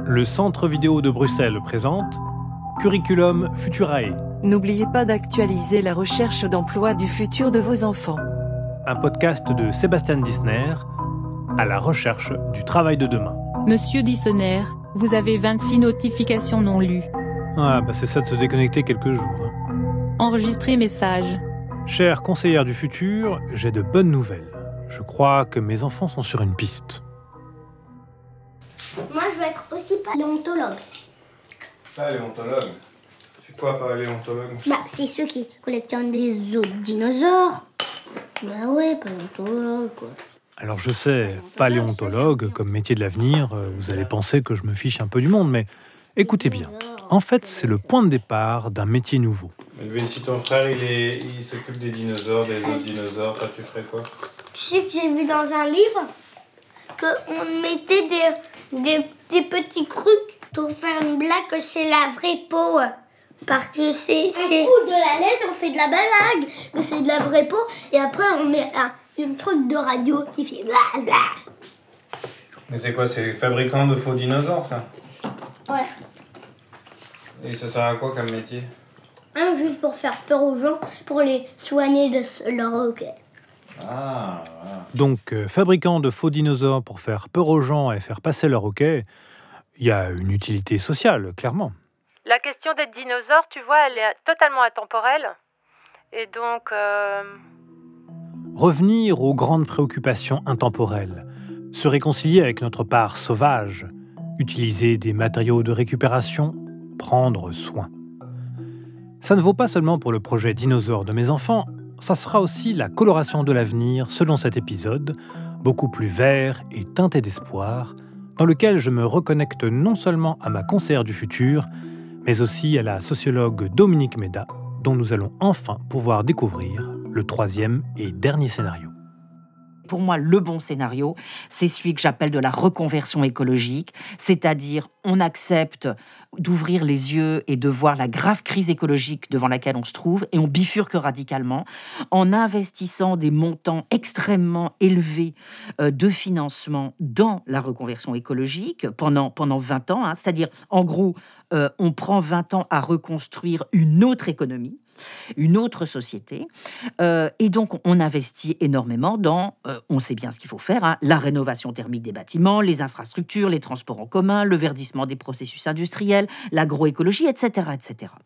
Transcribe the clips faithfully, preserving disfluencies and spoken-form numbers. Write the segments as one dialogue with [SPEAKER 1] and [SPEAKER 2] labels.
[SPEAKER 1] Le Centre vidéo de Bruxelles présente Curriculum Futurae.
[SPEAKER 2] N'oubliez pas d'actualiser la recherche d'emploi du futur de vos enfants.
[SPEAKER 1] Un podcast de Sébastien Dissner à la recherche du travail de demain.
[SPEAKER 3] Monsieur Dissner, vous avez vingt-six notifications non lues.
[SPEAKER 1] Ah, bah c'est ça de se déconnecter quelques jours. Hein.
[SPEAKER 3] Enregistrez message.
[SPEAKER 1] Chère conseillère du futur, j'ai de bonnes nouvelles. Je crois que mes enfants sont sur une piste.
[SPEAKER 4] Moi, je veux être aussi paléontologue.
[SPEAKER 5] Paléontologue? C'est quoi paléontologue?
[SPEAKER 4] Bah, c'est ceux qui collectionnent des os de dinosaures. Bah ouais, paléontologue, quoi.
[SPEAKER 1] Alors je sais, paléontologue, comme métier de l'avenir, vous allez penser que je me fiche un peu du monde, mais écoutez bien. En fait, c'est le point de départ d'un métier nouveau.
[SPEAKER 5] Mais si ton frère, il, est, il s'occupe des dinosaures, des autres dinosaures, toi, tu ferais quoi?
[SPEAKER 4] Tu sais que j'ai vu dans un livre qu'on mettait des, des, des petits trucs pour faire une blague que c'est la vraie peau. Parce que c'est... c'est... Un coup de la laine, on fait de la blague, que c'est de la vraie peau, et après on met un, un truc de radio qui fait bla bla.
[SPEAKER 5] Mais c'est quoi? C'est fabricant de faux dinosaures, ça?
[SPEAKER 4] Ouais.
[SPEAKER 5] Et ça sert à quoi comme métier?
[SPEAKER 4] Un, juste pour faire peur aux gens, pour les soigner de leur hoquet.
[SPEAKER 5] Ah, ah.
[SPEAKER 1] Donc, euh, fabricant de faux dinosaures pour faire peur aux gens et faire passer leur hoquet, il y a une utilité sociale, clairement.
[SPEAKER 6] La question d'être dinosaure, tu vois, elle est totalement intemporelle. Et donc... Euh...
[SPEAKER 1] Revenir aux grandes préoccupations intemporelles, se réconcilier avec notre part sauvage, utiliser des matériaux de récupération, prendre soin. Ça ne vaut pas seulement pour le projet dinosaure de mes enfants, ça sera aussi la coloration de l'avenir selon cet épisode, beaucoup plus vert et teinté d'espoir, dans lequel je me reconnecte non seulement à ma conseillère du futur, mais aussi à la sociologue Dominique Méda, dont nous allons enfin pouvoir découvrir le troisième et dernier scénario.
[SPEAKER 7] Pour moi, le bon scénario, c'est celui que j'appelle de la reconversion écologique, c'est-à-dire on accepte d'ouvrir les yeux et de voir la grave crise écologique devant laquelle on se trouve et on bifurque radicalement en investissant des montants extrêmement élevés euh, de financement dans la reconversion écologique pendant, pendant vingt ans, hein, c'est-à-dire en gros, euh, on prend vingt ans à reconstruire une autre économie, une autre société. Euh, et donc, on investit énormément dans, euh, on sait bien ce qu'il faut faire, hein, la rénovation thermique des bâtiments, les infrastructures, les transports en commun, le verdissement des processus industriels, l'agroécologie, et cetera, et cetera.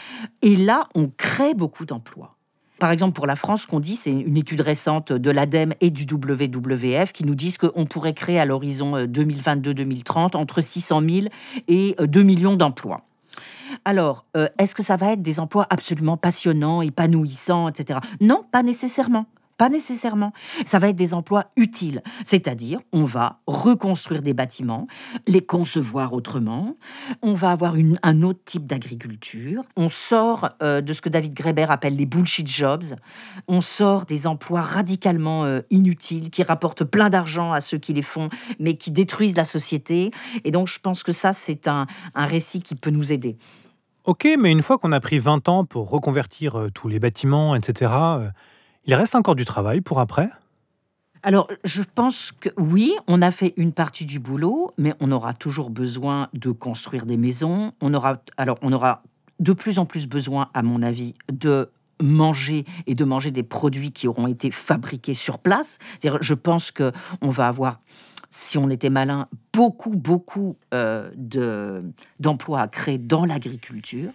[SPEAKER 7] Et là, on crée beaucoup d'emplois. Par exemple, pour la France, ce qu'on dit, c'est une étude récente de l'ADEME et du W W F qui nous disent qu'on pourrait créer à l'horizon deux mille vingt-deux deux mille trente entre six cent mille et deux millions d'emplois. Alors, euh, est-ce que ça va être des emplois absolument passionnants, épanouissants, et cetera? Non, pas nécessairement. Pas nécessairement. Ça va être des emplois utiles. C'est-à-dire, on va reconstruire des bâtiments, les concevoir autrement. On va avoir une, un autre type d'agriculture. On sort euh, de ce que David Graeber appelle les bullshit jobs. On sort des emplois radicalement euh, inutiles qui rapportent plein d'argent à ceux qui les font, mais qui détruisent la société. Et donc, je pense que ça, c'est un, un récit qui peut nous aider.
[SPEAKER 1] Ok, mais une fois qu'on a pris vingt ans pour reconvertir euh, tous les bâtiments, et cetera, euh, il reste encore du travail pour après?
[SPEAKER 7] Alors, je pense que oui, on a fait une partie du boulot, mais on aura toujours besoin de construire des maisons. On aura, alors, on aura de plus en plus besoin, à mon avis, de manger et de manger des produits qui auront été fabriqués sur place. C'est-à-dire, je pense qu'on va avoir, si on était malin, beaucoup, beaucoup euh, de, d'emplois à créer dans l'agriculture.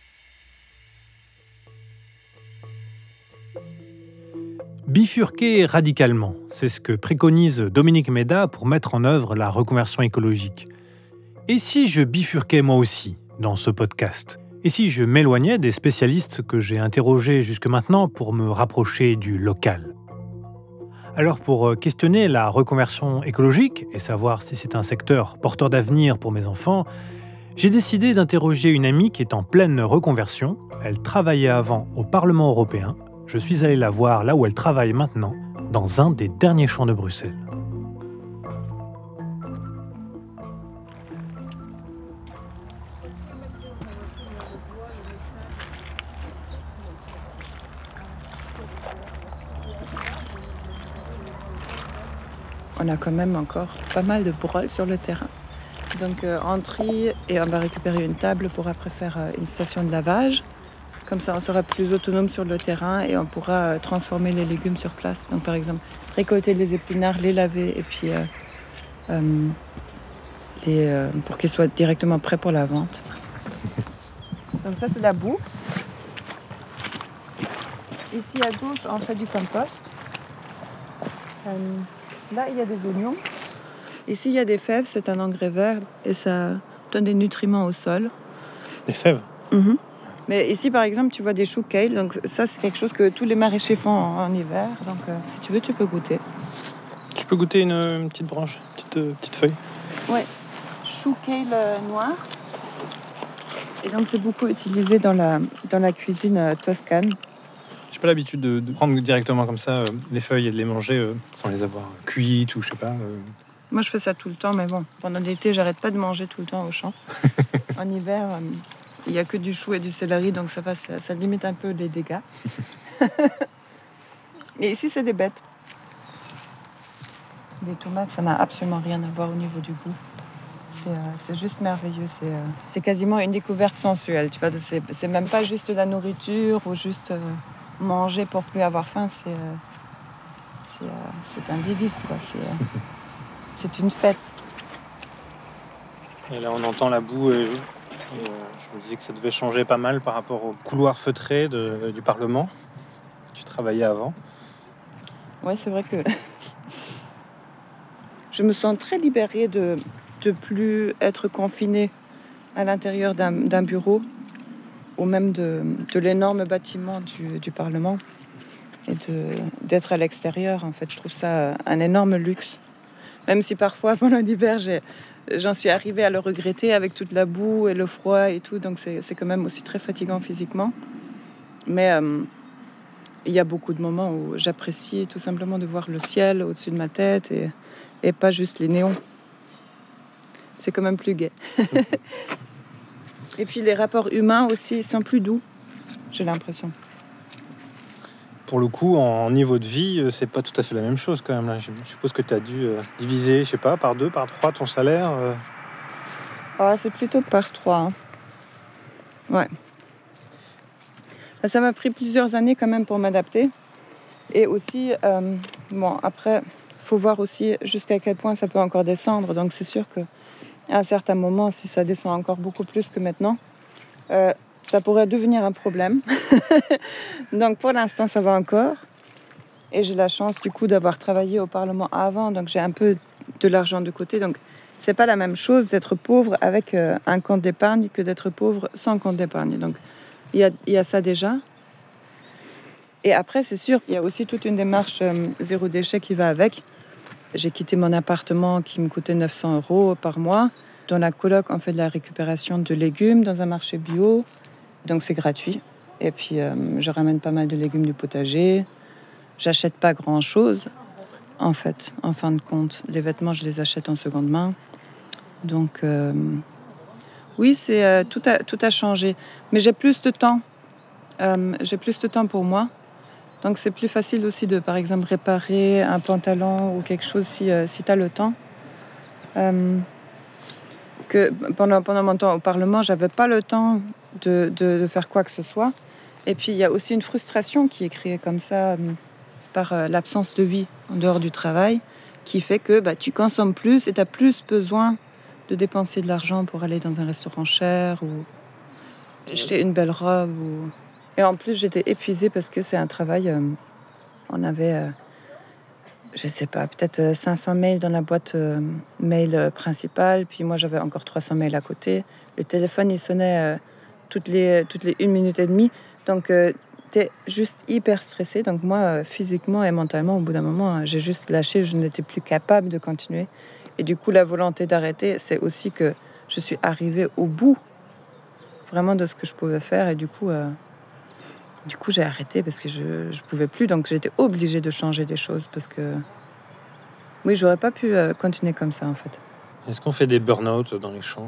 [SPEAKER 1] Bifurquer radicalement, c'est ce que préconise Dominique Méda pour mettre en œuvre la reconversion écologique. Et si je bifurquais moi aussi dans ce podcast? Et si je m'éloignais des spécialistes que j'ai interrogés jusque maintenant pour me rapprocher du local? Alors pour questionner la reconversion écologique et savoir si c'est un secteur porteur d'avenir pour mes enfants, j'ai décidé d'interroger une amie qui est en pleine reconversion. Elle travaillait avant au Parlement européen. Je suis allé la voir là où elle travaille maintenant, dans un des derniers champs de Bruxelles.
[SPEAKER 2] On a quand même encore pas mal de brôles sur le terrain.
[SPEAKER 8] Donc euh, on trie et on va récupérer une table pour après faire euh, une station de lavage. Comme ça, on sera plus autonome sur le terrain et on pourra euh, transformer les légumes sur place. Donc par exemple, récolter les épinards, les laver et puis euh, euh, les, euh, pour qu'ils soient directement prêts pour la vente. Donc ça, c'est la boue. Ici à gauche, on fait du compost. Euh, là, il y a des oignons. Ici, il y a des fèves, c'est un engrais vert et ça donne des nutriments au sol.
[SPEAKER 1] Des fèves.
[SPEAKER 8] Mm-hmm. Mais ici, par exemple, tu vois des choux kale. Donc ça, c'est quelque chose que tous les maraîchers font en, en hiver. Donc euh, si tu veux, tu peux goûter.
[SPEAKER 1] Tu peux goûter une, une petite branche, une petite, euh, petite feuille.
[SPEAKER 8] Ouais, chou kale euh, noir. Et donc c'est beaucoup utilisé dans la, dans la cuisine euh, toscane.
[SPEAKER 1] J'ai pas l'habitude de, de prendre directement comme ça euh, les feuilles et de les manger euh, sans les avoir cuites ou je sais pas. Euh...
[SPEAKER 8] Moi, je fais ça tout le temps, mais bon, pendant l'été, j'arrête pas de manger tout le temps au champ. En hiver, euh, il y a que du chou et du céleri, donc ça va, ça, ça limite un peu les dégâts. Et ici, c'est des bêtes. Les tomates, ça n'a absolument rien à voir au niveau du goût. C'est, euh, c'est juste merveilleux. C'est, euh, c'est quasiment une découverte sensuelle. Tu vois, c'est, c'est même pas juste de la nourriture ou juste euh, manger pour plus avoir faim. C'est, euh, c'est, euh, c'est un délice, quoi. C'est, euh, c'est une fête.
[SPEAKER 1] Et là, on entend la boue. Et, et, euh, je me disais que ça devait changer pas mal par rapport au couloir feutré de, du Parlement. Tu travaillais avant.
[SPEAKER 8] Oui, c'est vrai que je me sens très libérée de ne plus être confinée à l'intérieur d'un, d'un bureau ou même de, de l'énorme bâtiment du, du Parlement et de, d'être à l'extérieur. En fait, je trouve ça un énorme luxe. Même si parfois, pendant l'hiver, j'ai, j'en suis arrivée à le regretter avec toute la boue et le froid et tout. Donc, c'est, c'est quand même aussi très fatigant physiquement. Mais euh, il y a beaucoup de moments où j'apprécie tout simplement de voir le ciel au-dessus de ma tête et, et pas juste les néons. C'est quand même plus gai. Et puis les rapports humains aussi sont plus doux, j'ai l'impression.
[SPEAKER 1] Pour le coup, en niveau de vie, c'est pas tout à fait la même chose quand même. Là. Je suppose que tu as dû euh, diviser, je sais pas, par deux, par trois ton salaire. Euh...
[SPEAKER 8] Oh, c'est plutôt par trois. Hein. Ouais. Ça m'a pris plusieurs années quand même pour m'adapter. Et aussi, euh, bon, après, il faut voir aussi jusqu'à quel point ça peut encore descendre. Donc c'est sûr qu'à un certain moment, si ça descend encore beaucoup plus que maintenant, euh, ça pourrait devenir un problème. Donc pour l'instant, ça va encore. Et j'ai la chance du coup d'avoir travaillé au Parlement avant, donc j'ai un peu de l'argent de côté. Donc c'est pas la même chose d'être pauvre avec euh, un compte d'épargne que d'être pauvre sans compte d'épargne. Donc il y a, il y a ça déjà. Et après, c'est sûr, il y a aussi toute une démarche euh, zéro déchet qui va avec. J'ai quitté mon appartement qui me coûtait neuf cents euros par mois. Dans la coloc, on fait de la récupération de légumes dans un marché bio. Donc c'est gratuit. Et puis euh, je ramène pas mal de légumes du potager. J'achète pas grand-chose, en fait, en fin de compte. Les vêtements, je les achète en seconde main. Donc euh, oui, c'est, euh, tout, a, tout a changé. Mais j'ai plus de temps. Euh, j'ai plus de temps pour moi. Donc c'est plus facile aussi de, par exemple, réparer un pantalon ou quelque chose si, euh, si tu as le temps. Euh, que pendant, pendant mon temps au Parlement, j'avais pas le temps de, de, de faire quoi que ce soit. Et puis, il y a aussi une frustration qui est créée comme ça euh, par euh, l'absence de vie en dehors du travail, qui fait que bah, tu consommes plus et tu as plus besoin de dépenser de l'argent pour aller dans un restaurant cher ou acheter une belle robe. Ou... Et en plus, j'étais épuisée parce que c'est un travail... Euh, on avait... Euh, je sais pas, peut-être cinq cents mails dans la boîte euh, mail euh, principale, puis moi j'avais encore trois cents mails à côté. Le téléphone il sonnait euh, toutes les toutes les une minute et demie, donc euh, t'es juste hyper stressé. Donc moi euh, physiquement et mentalement au bout d'un moment j'ai juste lâché, je n'étais plus capable de continuer. Et du coup la volonté d'arrêter, c'est aussi que je suis arrivée au bout vraiment de ce que je pouvais faire et du coup euh, Du coup, j'ai arrêté parce que je ne pouvais plus. Donc, j'étais obligée de changer des choses parce que... Oui, j'aurais pas pu euh, continuer comme ça, en fait.
[SPEAKER 1] Est-ce qu'on fait des burn-out dans les champs ?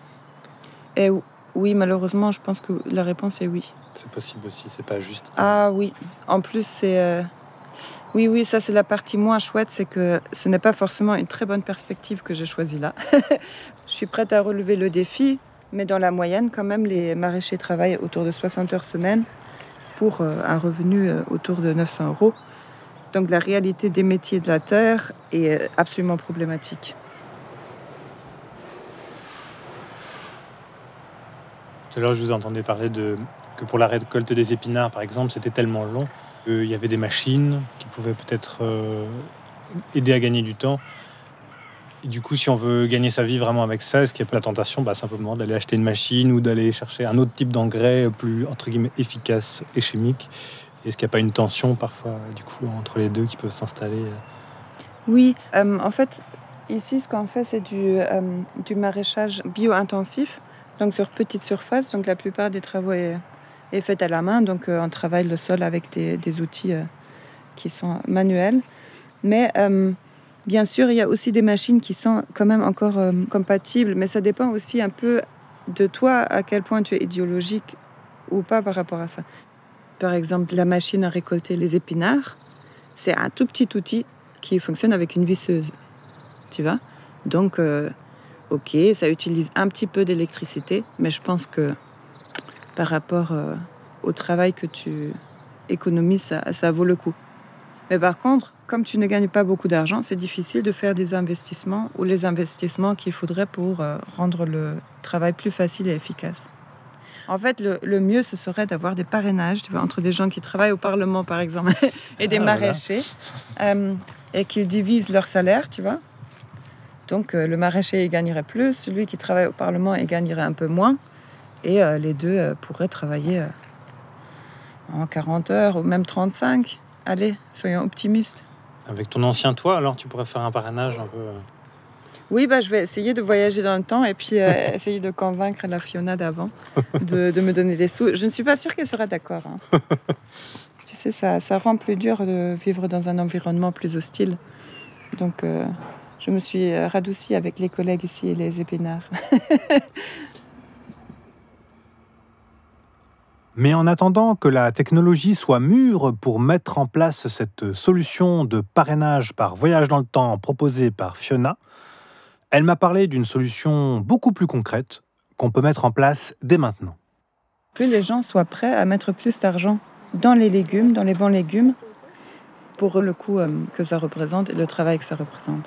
[SPEAKER 8] Et oui, malheureusement, je pense que la réponse est oui.
[SPEAKER 1] C'est possible aussi, c'est pas juste.
[SPEAKER 8] Ah oui. En plus, c'est, euh, Oui, oui, ça c'est la partie moins chouette, c'est que ce n'est pas forcément une très bonne perspective que j'ai choisie là. Je suis prête à relever le défi, mais dans la moyenne, quand même, les maraîchers travaillent autour de soixante heures semaine pour euh, un revenu euh, autour de neuf cents euros. Donc la réalité des métiers de la terre est euh, absolument problématique.
[SPEAKER 1] Tout à l'heure, je vous entendais parler de que pour la récolte des épinards, par exemple, c'était tellement long qu'il y avait des machines qui pouvaient peut-être euh, aider à gagner du temps. Et du coup, si on veut gagner sa vie vraiment avec ça, est-ce qu'il n'y a pas la tentation bah, simplement d'aller acheter une machine ou d'aller chercher un autre type d'engrais plus, entre guillemets, efficace et chimique ? Est-ce qu'il n'y a pas une tension parfois, du coup, entre les deux qui peuvent s'installer ?
[SPEAKER 8] Oui, euh, en fait, ici, ce qu'on fait, c'est du, euh, du maraîchage bio-intensif, donc sur petite surface. Donc la plupart des travaux est, est fait à la main, donc euh, on travaille le sol avec des, des outils euh, qui sont manuels. Mais euh, bien sûr, il y a aussi des machines qui sont quand même encore euh, compatibles, mais ça dépend aussi un peu de toi, à quel point tu es idéologique ou pas par rapport à ça. Par exemple, la machine à récolter les épinards, c'est un tout petit outil qui fonctionne avec une visseuse, tu vois. Donc, euh, ok, ça utilise un petit peu d'électricité, mais je pense que par rapport euh, au travail que tu économises, ça, ça vaut le coup. Mais par contre, comme tu ne gagnes pas beaucoup d'argent, c'est difficile de faire des investissements ou les investissements qu'il faudrait pour euh, rendre le travail plus facile et efficace. En fait, le, le mieux, ce serait d'avoir des parrainages, tu vois, entre des gens qui travaillent au Parlement, par exemple, et des ah, maraîchers, voilà. euh, et qu'ils divisent leur salaire, tu vois. Donc, euh, le maraîcher, il gagnerait plus, celui qui travaille au Parlement, il gagnerait un peu moins, et euh, les deux euh, pourraient travailler euh, en quarante heures ou même trente-cinq. Allez, soyons optimistes.
[SPEAKER 1] Avec ton ancien toit, alors, tu pourrais faire un parrainage un peu... Euh...
[SPEAKER 8] Oui, bah, je vais essayer de voyager dans le temps et puis euh, essayer de convaincre la Fiona d'avant de, de me donner des sous. Je ne suis pas sûre qu'elle sera d'accord. Hein. Tu sais, ça, ça rend plus dur de vivre dans un environnement plus hostile. Donc, euh, je me suis radoucie avec les collègues ici et les épinards.
[SPEAKER 1] Mais en attendant que la technologie soit mûre pour mettre en place cette solution de parrainage par voyage dans le temps proposée par Fiona, elle m'a parlé d'une solution beaucoup plus concrète qu'on peut mettre en place dès maintenant.
[SPEAKER 8] Que les gens soient prêts à mettre plus d'argent dans les légumes, dans les bons légumes, pour le coût euh, que ça représente et le travail que ça représente.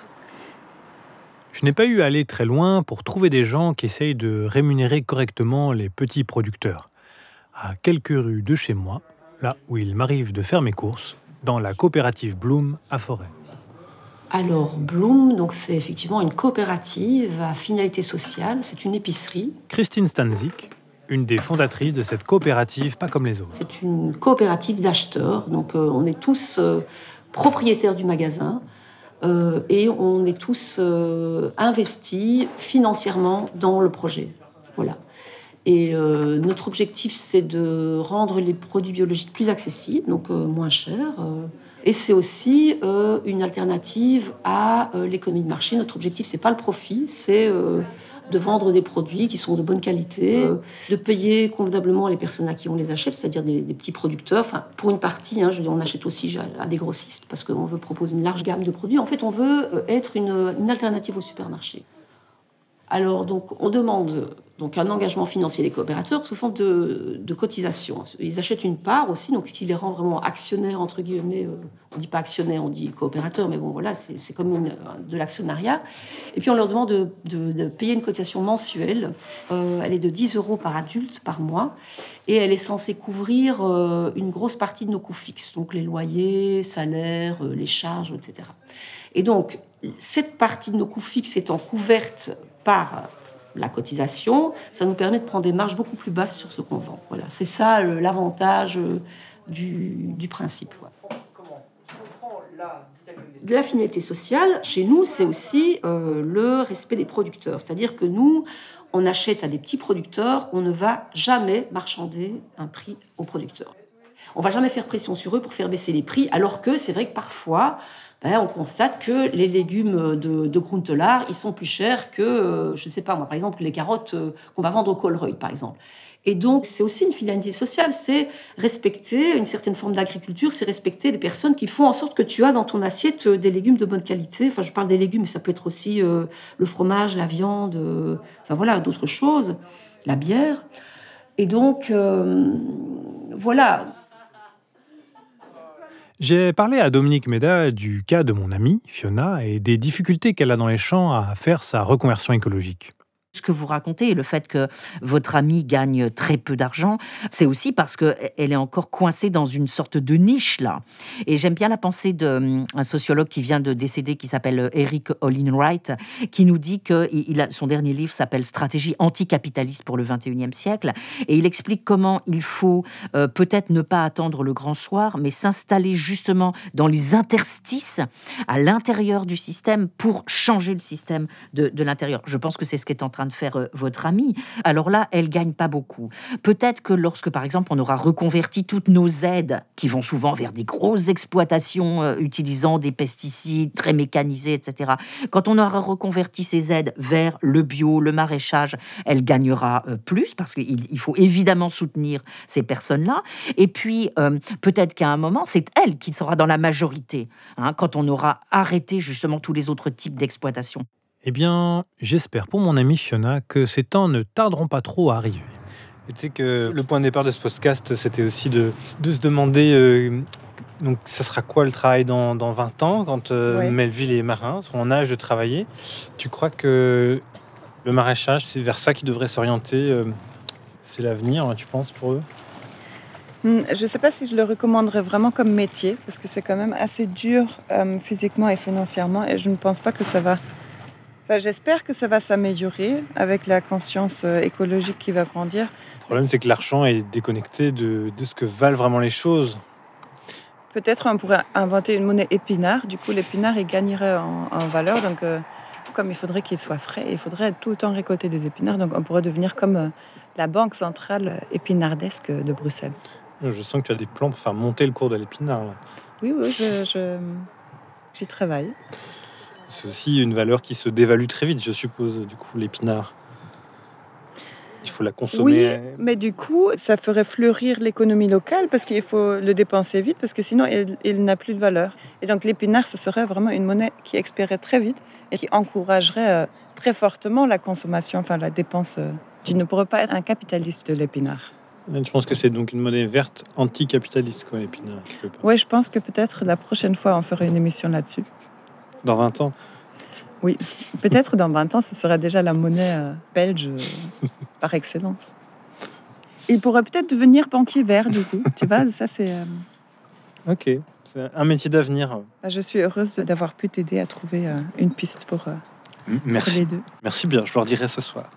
[SPEAKER 1] Je n'ai pas eu à aller très loin pour trouver des gens qui essayent de rémunérer correctement les petits producteurs. À quelques rues de chez moi, là où il m'arrive de faire mes courses, dans la coopérative Bloom à Forêt.
[SPEAKER 9] Alors, Bloom, donc c'est effectivement une coopérative à finalité sociale, c'est une épicerie.
[SPEAKER 1] Christine Stanzik, une des fondatrices de cette coopérative pas comme les autres.
[SPEAKER 9] C'est une coopérative d'acheteurs, donc euh, on est tous euh, propriétaires du magasin euh, et on est tous euh, investis financièrement dans le projet. Voilà. Et euh, notre objectif, c'est de rendre les produits biologiques plus accessibles, donc euh, moins chers. Euh, Et c'est aussi euh, une alternative à euh, l'économie de marché. Notre objectif, c'est pas le profit, c'est euh, de vendre des produits qui sont de bonne qualité, euh, de payer convenablement les personnes à qui on les achète, c'est-à-dire des, des petits producteurs. Enfin, pour une partie, hein, je veux dire, on achète aussi à, à des grossistes parce qu'on veut proposer une large gamme de produits. En fait, on veut euh, être une, une alternative au supermarché. Alors, donc, on demande donc, un engagement financier des coopérateurs sous forme de, de cotisation. Ils achètent une part aussi, donc ce qui les rend vraiment actionnaires, entre guillemets. Euh, on ne dit pas actionnaires, on dit coopérateurs, mais bon, voilà, c'est, c'est comme une, de l'actionnariat. Et puis, on leur demande de, de, de payer une cotisation mensuelle. Euh, elle est de dix euros par adulte par mois. Et elle est censée couvrir euh, une grosse partie de nos coûts fixes, donc les loyers, salaires, euh, les charges, et cetera. Et donc, cette partie de nos coûts fixes étant couverte par la cotisation, ça nous permet de prendre des marges beaucoup plus basses sur ce qu'on vend. Voilà, c'est ça le, l'avantage du, du principe. Quoi. De la finalité sociale, chez nous, c'est aussi euh, le respect des producteurs. C'est-à-dire que nous, on achète à des petits producteurs, on ne va jamais marchander un prix aux producteurs. On ne va jamais faire pression sur eux pour faire baisser les prix, alors que c'est vrai que parfois, ben, on constate que les légumes de, de Groentelar, ils sont plus chers que, euh, je ne sais pas moi, par exemple, les carottes euh, qu'on va vendre au Colruyt, par exemple. Et donc, c'est aussi une finalité sociale, c'est respecter une certaine forme d'agriculture, c'est respecter les personnes qui font en sorte que tu as dans ton assiette des légumes de bonne qualité. Enfin, je parle des légumes, mais ça peut être aussi euh, le fromage, la viande, euh, enfin voilà, d'autres choses, la bière. Et donc, euh, voilà.
[SPEAKER 1] J'ai parlé à Dominique Méda du cas de mon amie, Fiona, et des difficultés qu'elle a dans les champs à faire sa reconversion écologique.
[SPEAKER 7] Ce que vous racontez, le fait que votre amie gagne très peu d'argent, c'est aussi parce qu'elle est encore coincée dans une sorte de niche, là. Et j'aime bien la pensée d'un sociologue qui vient de décéder, qui s'appelle Eric Olin Wright, qui nous dit que il a, son dernier livre s'appelle « Stratégie anticapitaliste pour le vingt et unième siècle ». Et il explique comment il faut euh, peut-être ne pas attendre le grand soir, mais s'installer justement dans les interstices, à l'intérieur du système, pour changer le système de, de l'intérieur. Je pense que c'est ce qu'est en train de faire euh, votre amie. Alors là, elle gagne pas beaucoup. Peut-être que lorsque, par exemple, on aura reconverti toutes nos aides, qui vont souvent vers des grosses exploitations euh, utilisant des pesticides très mécanisés, et cetera. Quand on aura reconverti ces aides vers le bio, le maraîchage, elle gagnera euh, plus, parce qu'il il faut évidemment soutenir ces personnes-là. Et puis, euh, peut-être qu'à un moment, c'est elle qui sera dans la majorité, hein, quand on aura arrêté justement tous les autres types d'exploitation.
[SPEAKER 1] Eh bien, j'espère pour mon amie Fiona que ces temps ne tarderont pas trop à arriver. Et tu sais que le point de départ de ce podcast, c'était aussi de, de se demander, euh, donc ça sera quoi le travail dans, dans vingt ans, quand euh,
[SPEAKER 8] Ouais.
[SPEAKER 1] Melville et Marin seront en âge de travailler. Tu crois que le maraîchage, c'est vers ça qu'ils devraient s'orienter, euh, c'est l'avenir, tu penses, pour eux ?
[SPEAKER 8] Hmm, Je ne sais pas si je le recommanderais vraiment comme métier, parce que c'est quand même assez dur euh, physiquement et financièrement, et je ne pense pas que ça va... Enfin, j'espère que ça va s'améliorer avec la conscience euh, écologique qui va grandir.
[SPEAKER 1] Le problème, c'est que l'argent est déconnecté de, de ce que valent vraiment les choses.
[SPEAKER 8] Peut-être on pourrait inventer une monnaie épinard. Du coup, l'épinard, il gagnerait en, en valeur. Donc, euh, comme il faudrait qu'il soit frais, il faudrait tout le temps récolter des épinards. Donc, on pourrait devenir comme euh, la banque centrale épinardesque de Bruxelles.
[SPEAKER 1] Je sens que tu as des plans pour faire monter le cours de l'épinard, là.
[SPEAKER 8] Oui, oui, je, je, j'y travaille.
[SPEAKER 1] C'est aussi une valeur qui se dévalue très vite, je suppose, du coup, l'épinard. Il faut la consommer.
[SPEAKER 8] Oui, mais du coup, ça ferait fleurir l'économie locale parce qu'il faut le dépenser vite, parce que sinon, il, il n'a plus de valeur. Et donc, l'épinard, ce serait vraiment une monnaie qui expirerait très vite et qui encouragerait euh, très fortement la consommation, enfin la dépense. Euh, tu ne pourrais pas être un capitaliste de l'épinard.
[SPEAKER 1] Je pense que c'est donc une monnaie verte anticapitaliste, quoi, l'épinard.
[SPEAKER 8] Oui, je pense que peut-être la prochaine fois, on fera une émission là-dessus.
[SPEAKER 1] Dans vingt ans.
[SPEAKER 8] Oui, peut-être dans vingt ans, ce sera déjà la monnaie euh, belge euh, par excellence. Il pourrait peut-être devenir banquier vert, du coup. Tu vois, ça c'est... Euh...
[SPEAKER 1] Ok, c'est un métier d'avenir.
[SPEAKER 8] Je suis heureuse d'avoir pu t'aider à trouver euh, une piste pour, euh,
[SPEAKER 1] Merci.
[SPEAKER 8] pour les deux.
[SPEAKER 1] Merci bien, je leur dirai ce soir.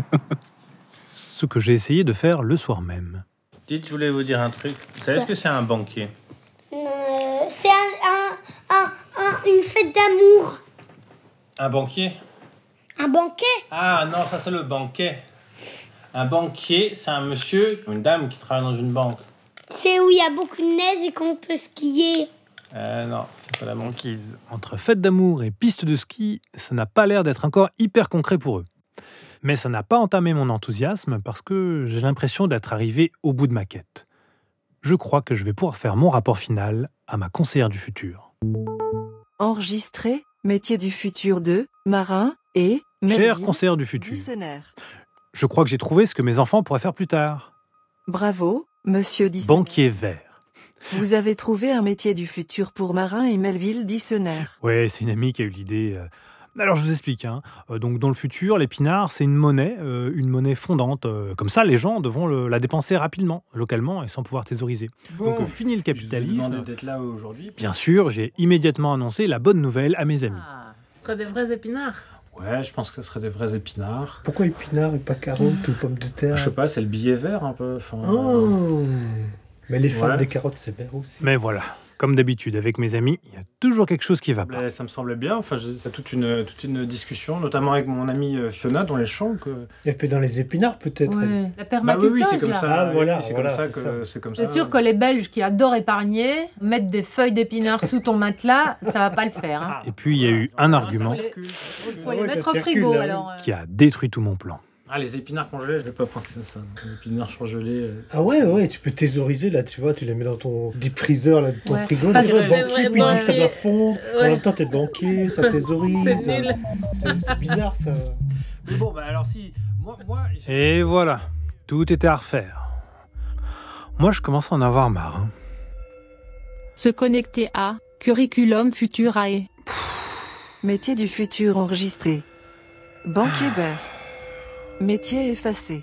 [SPEAKER 1] Ce que j'ai essayé de faire le soir même.
[SPEAKER 5] Dites, je voulais vous dire un truc. Vous savez ce que c'est un banquet ?
[SPEAKER 4] Euh, c'est un, un, un, un- une fête d'amour.
[SPEAKER 5] Un banquier ?
[SPEAKER 4] Un banquet.
[SPEAKER 5] Ah non, ça c'est le banquet. Un banquier, c'est un monsieur, une dame qui travaille dans une banque.
[SPEAKER 4] C'est où il y a beaucoup de neige et qu'on peut skier.
[SPEAKER 5] Euh, non, c'est pas la banquise.
[SPEAKER 1] Entre fête d'amour et piste de ski, ça n'a pas l'air d'être encore hyper concret pour eux. Mais ça n'a pas entamé mon enthousiasme parce que j'ai l'impression d'être arrivé au bout de ma quête. Je crois que je vais pouvoir faire mon rapport final à ma conseillère du futur.
[SPEAKER 2] Enregistré, métier du futur de Marin et
[SPEAKER 1] Chère
[SPEAKER 2] Melville
[SPEAKER 1] conseillère du futur,
[SPEAKER 2] Dissener.
[SPEAKER 1] je crois que j'ai trouvé ce que mes enfants pourraient faire plus tard.
[SPEAKER 2] Bravo, monsieur Dissener.
[SPEAKER 1] Banquier vert.
[SPEAKER 2] Vous avez trouvé un métier du futur pour Marin et Melville Dissener.
[SPEAKER 1] Ouais, c'est une amie qui a eu l'idée. euh. Alors je vous explique. Hein. Euh, Donc dans le futur, l'épinard, c'est une monnaie, euh, une monnaie fondante. Euh, Comme ça, les gens devront le- la dépenser rapidement, localement et sans pouvoir thésauriser. Donc euh, fini le
[SPEAKER 5] Je vous ai demandé
[SPEAKER 1] capitalisme.
[SPEAKER 5] d'être là aujourd'hui.
[SPEAKER 1] Bien sûr, j'ai immédiatement annoncé la bonne nouvelle à mes amis.
[SPEAKER 6] Ce serait des vrais épinards.
[SPEAKER 5] Ouais, je pense que ça serait des vrais épinards.
[SPEAKER 10] Pourquoi épinards et pas carottes ou pommes de terre?
[SPEAKER 5] Je sais pas, c'est le billet vert un peu. Enfin,
[SPEAKER 10] Oh. Mais les fans
[SPEAKER 5] Ouais.
[SPEAKER 10] des carottes, c'est vert aussi.
[SPEAKER 1] Mais voilà, Comme d'habitude, avec mes amis, il y a toujours quelque chose qui va pas.
[SPEAKER 11] Ça me semblait bien. Enfin, j'ai- c'est toute une, toute une discussion, notamment avec mon amie euh, Fiona dans les champs. Que...
[SPEAKER 10] Elle fait dans les épinards, peut-être. elle.
[SPEAKER 6] La
[SPEAKER 11] Bah oui, oui, c'est
[SPEAKER 6] permaculture,
[SPEAKER 11] comme
[SPEAKER 6] là.
[SPEAKER 11] ça.
[SPEAKER 10] Ah, voilà,
[SPEAKER 11] oui, c'est
[SPEAKER 10] voilà,
[SPEAKER 11] comme ça
[SPEAKER 10] c'est
[SPEAKER 11] que
[SPEAKER 10] ça.
[SPEAKER 11] c'est comme
[SPEAKER 6] C'est
[SPEAKER 11] ça.
[SPEAKER 6] sûr que les Belges qui adorent épargner, mettre des feuilles d'épinards sous ton matelas, ça va pas le faire. Hein.
[SPEAKER 1] Et puis, il y a eu un argument
[SPEAKER 6] Il faut les
[SPEAKER 10] Ouais,
[SPEAKER 6] mettre
[SPEAKER 10] ça
[SPEAKER 6] au
[SPEAKER 10] circule,
[SPEAKER 6] frigo,
[SPEAKER 10] là, oui.
[SPEAKER 6] alors. euh.
[SPEAKER 1] qui a détruit tout mon plan.
[SPEAKER 11] Ah, les épinards congelés, je n'ai pas pensé à ça. Les épinards surgelés. euh.
[SPEAKER 10] Ah ouais, ouais, tu peux thésauriser, là, tu vois, tu les mets dans ton deep freezer, là, ton
[SPEAKER 6] Ouais.
[SPEAKER 10] frigo.
[SPEAKER 6] Parce
[SPEAKER 10] Tu vois,
[SPEAKER 6] que-
[SPEAKER 10] banquier,
[SPEAKER 6] ouais,
[SPEAKER 10] puis il dit que ça
[SPEAKER 6] banquier.
[SPEAKER 10] doit fondre. En
[SPEAKER 6] Ouais.
[SPEAKER 10] même temps, t'es banquier, ça thésaurise.
[SPEAKER 6] C'est nul.
[SPEAKER 10] C'est c'est bizarre, ça.
[SPEAKER 11] Mais bon, bah alors si. Moi, moi
[SPEAKER 1] Et voilà, tout était à refaire. Moi, je commence à en avoir marre. hein.
[SPEAKER 3] Se connecter à Curriculum Futurae.
[SPEAKER 2] Métier du futur enregistré. Banquier vert. Métier effacé.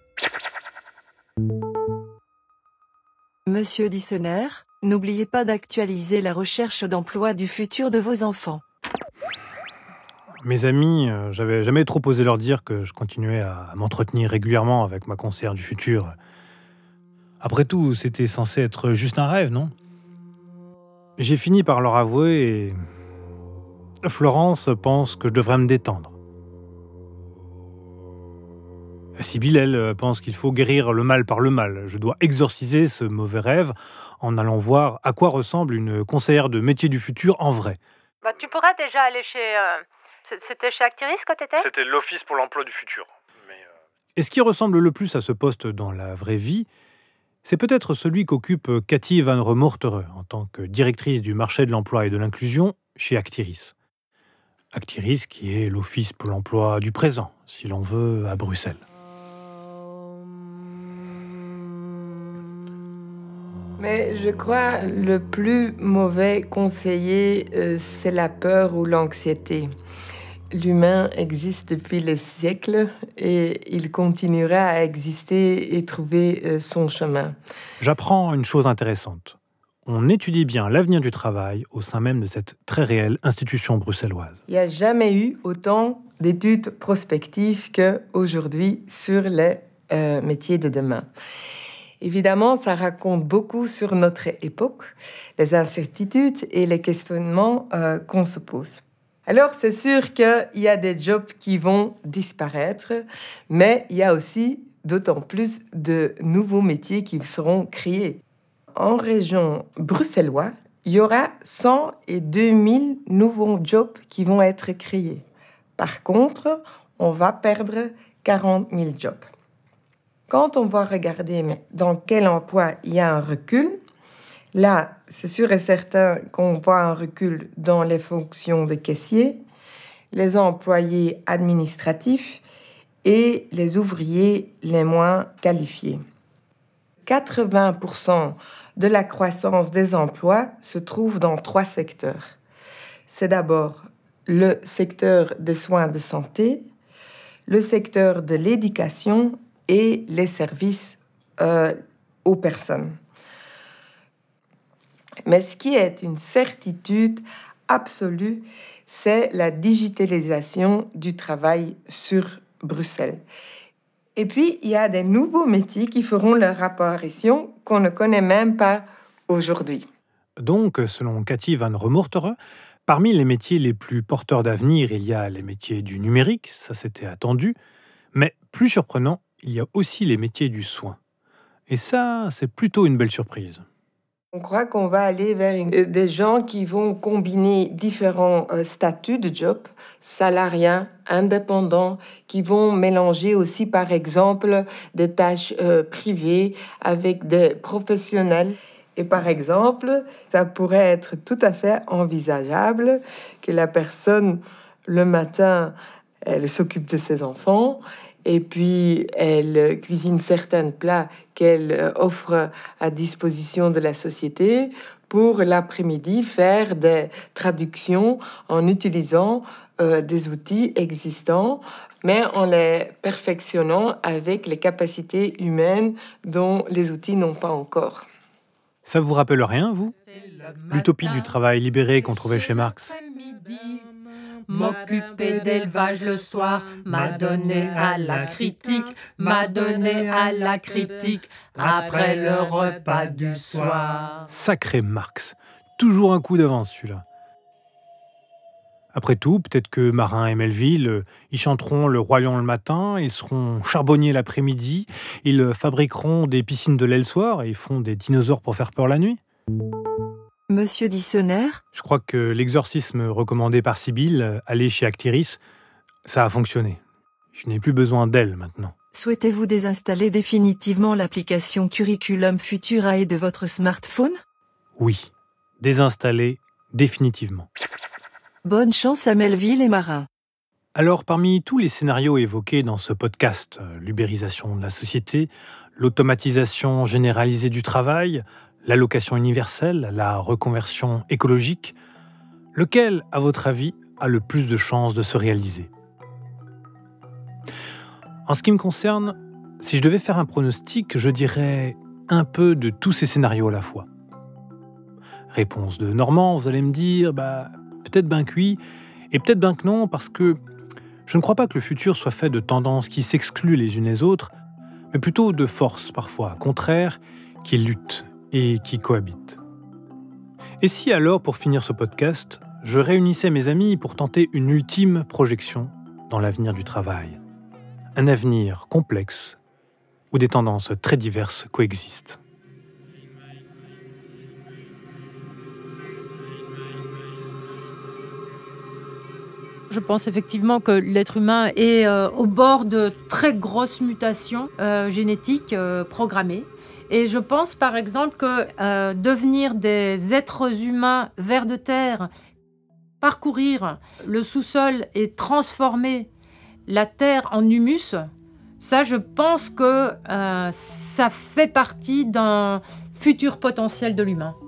[SPEAKER 2] Monsieur Dissonner, n'oubliez pas d'actualiser la recherche d'emploi du futur de vos enfants.
[SPEAKER 1] Mes amis, euh, j'avais jamais trop osé leur dire que je continuais à m'entretenir régulièrement avec ma conseillère du futur. Après tout, c'était censé être juste un rêve, non? J'ai fini par leur avouer et Florence pense que je devrais me détendre. Sibylle, elle, pense qu'il faut guérir le mal par le mal. Je dois exorciser ce mauvais rêve en allant voir à quoi ressemble une conseillère de métier du futur en vrai.
[SPEAKER 6] Bah, tu pourrais déjà aller chez. euh, c- C'était chez Actiris que t'étais
[SPEAKER 1] C'était l'Office pour l'emploi du futur. Et ce qui ressemble le plus à ce poste dans la vraie vie, c'est peut-être celui qu'occupe Cathy Van Remoertere en tant que directrice du marché de l'emploi et de l'inclusion chez Actiris. Actiris qui est l'Office pour l'emploi du présent, si l'on veut, à Bruxelles.
[SPEAKER 12] Mais je crois le plus mauvais conseiller, euh, c'est la peur ou l'anxiété. L'humain existe depuis les siècles et il continuera à exister et trouver euh, son chemin.
[SPEAKER 1] J'apprends une chose intéressante. On étudie bien l'avenir du travail au sein même de cette très réelle institution bruxelloise.
[SPEAKER 12] Il n'y a jamais eu autant d'études prospectives qu'aujourd'hui sur les euh, métiers de demain. Évidemment, ça raconte beaucoup sur notre époque, les incertitudes et les questionnements euh, qu'on se pose. Alors, c'est sûr qu'il y a des jobs qui vont disparaître, mais il y a aussi d'autant plus de nouveaux métiers qui seront créés. En région bruxelloise, il y aura cent et deux mille nouveaux jobs qui vont être créés. Par contre, on va perdre quarante mille jobs. Quand on va regarder dans quel emploi il y a un recul, là, c'est sûr et certain qu'on voit un recul dans les fonctions de caissier, les employés administratifs et les ouvriers les moins qualifiés. quatre-vingts pour cent de la croissance des emplois se trouve dans trois secteurs. C'est d'abord le secteur des soins de santé, le secteur de l'éducation et les services euh, aux personnes. Mais ce qui est une certitude absolue, c'est la digitalisation du travail sur Bruxelles. Et puis, il y a des nouveaux métiers qui feront leur apparition qu'on ne connaît même pas aujourd'hui.
[SPEAKER 1] Donc, selon Cathy Van Remoertere, parmi les métiers les plus porteurs d'avenir, il y a les métiers du numérique, ça c'était attendu, mais plus surprenant, il y a aussi les métiers du soin. Et ça, c'est plutôt une belle surprise.
[SPEAKER 12] On croit qu'on va aller vers une- euh, des gens qui vont combiner différents euh, statuts de job, salariés, indépendants, qui vont mélanger aussi, par exemple, des tâches euh, privées avec des professionnels. Et par exemple, ça pourrait être tout à fait envisageable que la personne, le matin, elle s'occupe de ses enfants, et puis elle cuisine certains plats qu'elle offre à disposition de la société pour l'après-midi faire des traductions en utilisant euh, des outils existants, mais en les perfectionnant avec les capacités humaines dont les outils n'ont pas encore.
[SPEAKER 1] Ça vous rappelle rien, vous? L'utopie du travail libéré qu'on trouvait chez Marx.
[SPEAKER 13] M'occuper d'élevage le soir, m'adonner à la critique, m'adonner à la critique, après le repas du soir.
[SPEAKER 1] Sacré Marx. toujours un coup d'avance, celui-là. Après tout, peut-être que Marin et Melville, euh, ils chanteront le Roi Lion le matin, ils seront charbonniers l'après-midi, ils euh, fabriqueront des piscines de lait le soir et ils feront des dinosaures pour faire peur la nuit.
[SPEAKER 2] Monsieur Dissonner,
[SPEAKER 1] Je crois que l'exorcisme recommandé par Sibylle, euh, aller chez Actiris, ça a fonctionné. Je n'ai plus besoin d'elle maintenant.
[SPEAKER 2] souhaitez-vous désinstaller définitivement l'application Curriculum Futurae de votre smartphone?
[SPEAKER 1] Oui, désinstaller définitivement.
[SPEAKER 2] Bonne chance à Melville et Marin.
[SPEAKER 1] Alors, parmi tous les scénarios évoqués dans ce podcast, euh, l'ubérisation de la société, l'automatisation généralisée du travail, l'allocation universelle, la reconversion écologique, lequel, à votre avis, a le plus de chances de se réaliser? En ce qui me concerne, si je devais faire un pronostic, je dirais un peu de tous ces scénarios à la fois. Réponse de Normand, vous allez me dire, bah, peut-être ben que oui, et peut-être ben que non, parce que je ne crois pas que le futur soit fait de tendances qui s'excluent les unes les autres, mais plutôt de forces parfois contraires qui luttent et qui cohabitent. Et si alors, pour finir ce podcast, je réunissais mes amis pour tenter une ultime projection dans l'avenir du travail? Un avenir complexe où des tendances très diverses coexistent.
[SPEAKER 3] Je pense effectivement que l'être humain est euh, au bord de très grosses mutations euh, génétiques euh, programmées. Et je pense par exemple que euh, devenir des êtres humains vers de terre, parcourir le sous-sol et transformer la terre en humus, ça je pense que euh, ça fait partie d'un futur potentiel de l'humain.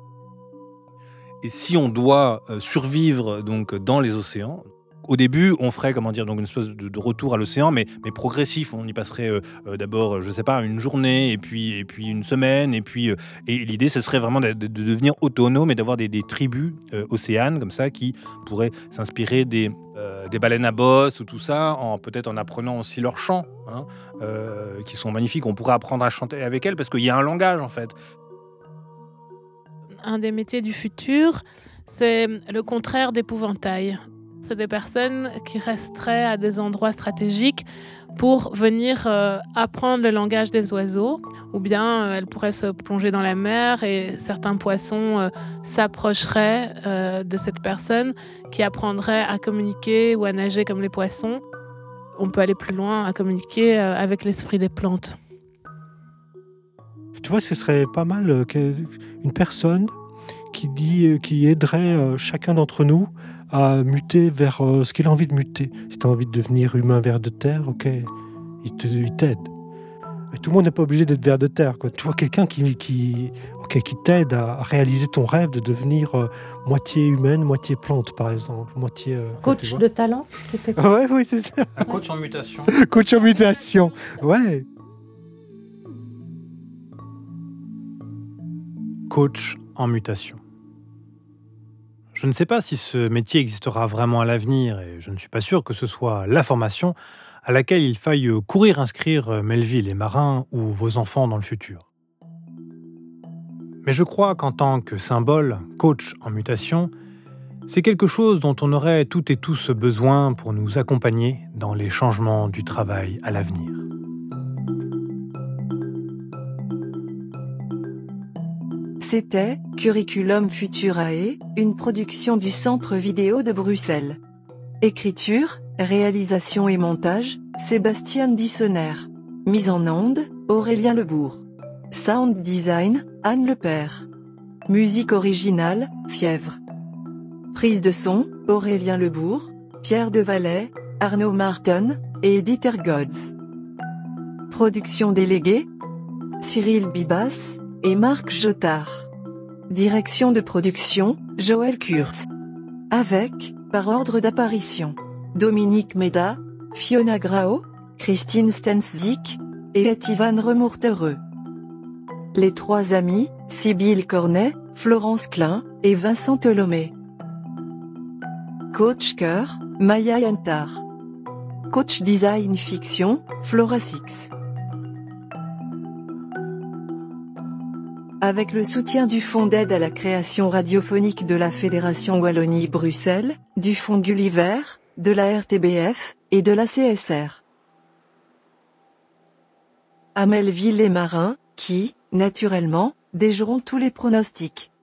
[SPEAKER 11] Et si on doit euh, survivre donc dans les océans, au début, on ferait comment dire donc une espèce de, de retour à l'océan, mais, mais progressif. On y passerait euh, euh, d'abord, je sais pas, une journée, et puis et puis une semaine, et puis euh, et l'idée, ce serait vraiment de, de, de devenir autonome et d'avoir des, des tribus euh, océanes comme ça qui pourraient s'inspirer des euh, des baleines à bosse ou tout ça, en peut-être en apprenant aussi leurs chants, hein, euh, qui sont magnifiques. On pourrait apprendre à chanter avec elles parce qu'il y a un langage en fait.
[SPEAKER 14] Un des métiers du futur, c'est le contraire d'épouvantail. C'est des personnes qui resteraient à des endroits stratégiques pour venir euh, apprendre le langage des oiseaux, ou bien euh, elles pourraient se plonger dans la mer et certains poissons euh, s'approcheraient euh, de cette personne qui apprendrait à communiquer ou à nager comme les poissons. On peut aller plus loin, à communiquer euh, avec l'esprit des plantes.
[SPEAKER 10] Tu vois, ce serait pas mal euh, qu'une personne qui, dit, qui aiderait euh, chacun d'entre nous à muter vers euh, ce qu'il a envie de muter. Si tu as envie de devenir humain vers de terre, ok, il, te, il t'aide. Mais tout le monde n'est pas obligé d'être vers de terre, quoi. Tu vois quelqu'un qui, qui, okay, qui t'aide à réaliser ton rêve de devenir euh, moitié humaine, moitié plante, par exemple. Moitié, euh,
[SPEAKER 3] Coach de talent, c'était quoi?
[SPEAKER 10] Ouais, oui, c'est ça.
[SPEAKER 5] Un coach en mutation.
[SPEAKER 10] Coach en mutation, ouais.
[SPEAKER 1] Coach en mutation. Je ne sais pas si ce métier existera vraiment à l'avenir et je ne suis pas sûr que ce soit la formation à laquelle il faille courir inscrire Melville et Marin ou vos enfants dans le futur. Mais je crois qu'en tant que symbole, coach en mutation, c'est quelque chose dont on aurait toutes et tous besoin pour nous accompagner dans les changements du travail à l'avenir.
[SPEAKER 2] C'était Curriculum Futurae, une production du Centre Vidéo de Bruxelles. Écriture, réalisation et montage, Sébastien Dissonner. Mise en onde, Aurélien Lebourg. Sound design, Anne Lepère. Musique originale, Fièvre. Prise de son, Aurélien Lebourg, Pierre Devalet, Arnaud Martin et Dieter Gods. Production déléguée, Cyril Bibas et Marc Jotard. Direction de production, Joël Kurz. Avec, par ordre d'apparition, Dominique Méda, Fiona Grao, Christine Stenszik et Etivan Remourtereux. Les trois amis, Sibylle Cornet, Florence Klein et Vincent Tholomé. Coach Cœur, Maya Yantar. Coach Design Fiction, Flora Six. avec le soutien du Fonds d'aide à la création radiophonique de la Fédération Wallonie-Bruxelles, du Fonds Gulliver, de la R T B F, et de la C S R. À Melville les marins, qui, naturellement, déjoueront tous les pronostics.